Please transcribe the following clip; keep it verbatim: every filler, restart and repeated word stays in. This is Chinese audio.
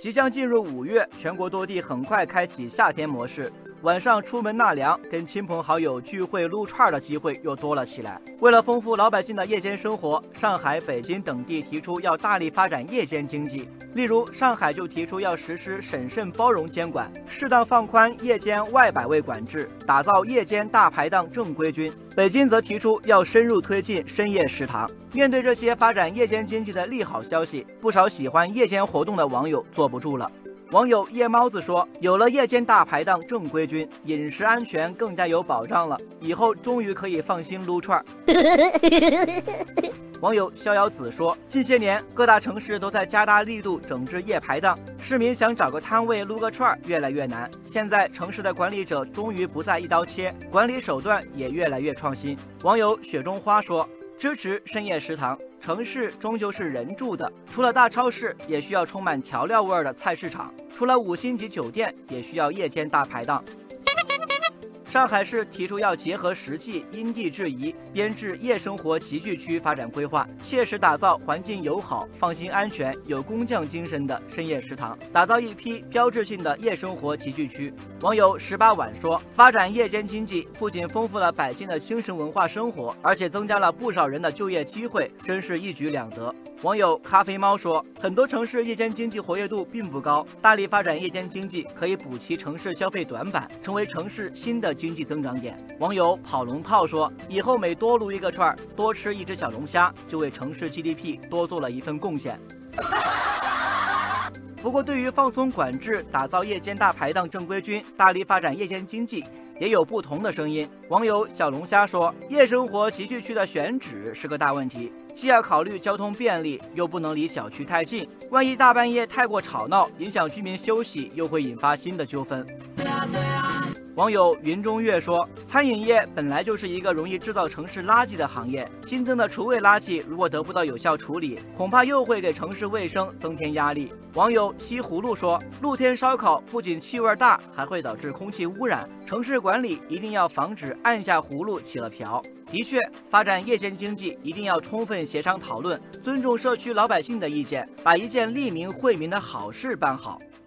即将进入五月，全国多地很快开启夏天模式。晚上出门纳凉，跟亲朋好友聚会撸串的机会又多了起来。为了丰富老百姓的夜间生活，上海、北京等地提出要大力发展夜间经济。例如，上海就提出要实施审慎包容监管，适当放宽夜间外摆位管制，打造夜间大排档正规军。北京则提出要深入推进深夜食堂。面对这些发展夜间经济的利好消息，不少喜欢夜间活动的网友坐不住了。网友夜猫子说，有了夜间大排档正规军，饮食安全更加有保障了，以后终于可以放心撸串。网友逍遥子说，近些年各大城市都在加大力度整治夜排档，市民想找个摊位撸个串越来越难。现在城市的管理者终于不再一刀切，管理手段也越来越创新。网友雪中花说，支持深夜食堂，城市终究是人住的，除了大超市，也需要充满调料味的菜市场；除了五星级酒店，也需要夜间大排档。上海市提出要结合实际，因地制宜编制夜生活集聚区发展规划，切实打造环境友好、放心安全、有工匠精神的深夜食堂，打造一批标志性的夜生活集聚区。网友十八晚说，发展夜间经济不仅丰富了百姓的精神文化生活，而且增加了不少人的就业机会，真是一举两得。网友咖啡猫说，很多城市夜间经济活跃度并不高，大力发展夜间经济可以补齐城市消费短板，成为城市新的经济增长点。网友跑龙套说，以后每多撸一个串，多吃一只小龙虾，就为城市 G D P 多做了一份贡献。不过，对于放松管制、打造夜间大排档正规军、大力发展夜间经济，也有不同的声音。网友小龙虾说，夜生活集聚区的选址是个大问题，既要考虑交通便利，又不能离小区太近，万一大半夜太过吵闹，影响居民休息，又会引发新的纠纷。网友云中月说，餐饮业本来就是一个容易制造城市垃圾的行业，新增的厨卫垃圾如果得不到有效处理，恐怕又会给城市卫生增添压力。网友西葫芦说，露天烧烤不仅气味大，还会导致空气污染，城市管理一定要防止按下葫芦起了瓢。的确，发展夜间经济一定要充分协商讨论，尊重社区老百姓的意见，把一件利民惠民的好事办好。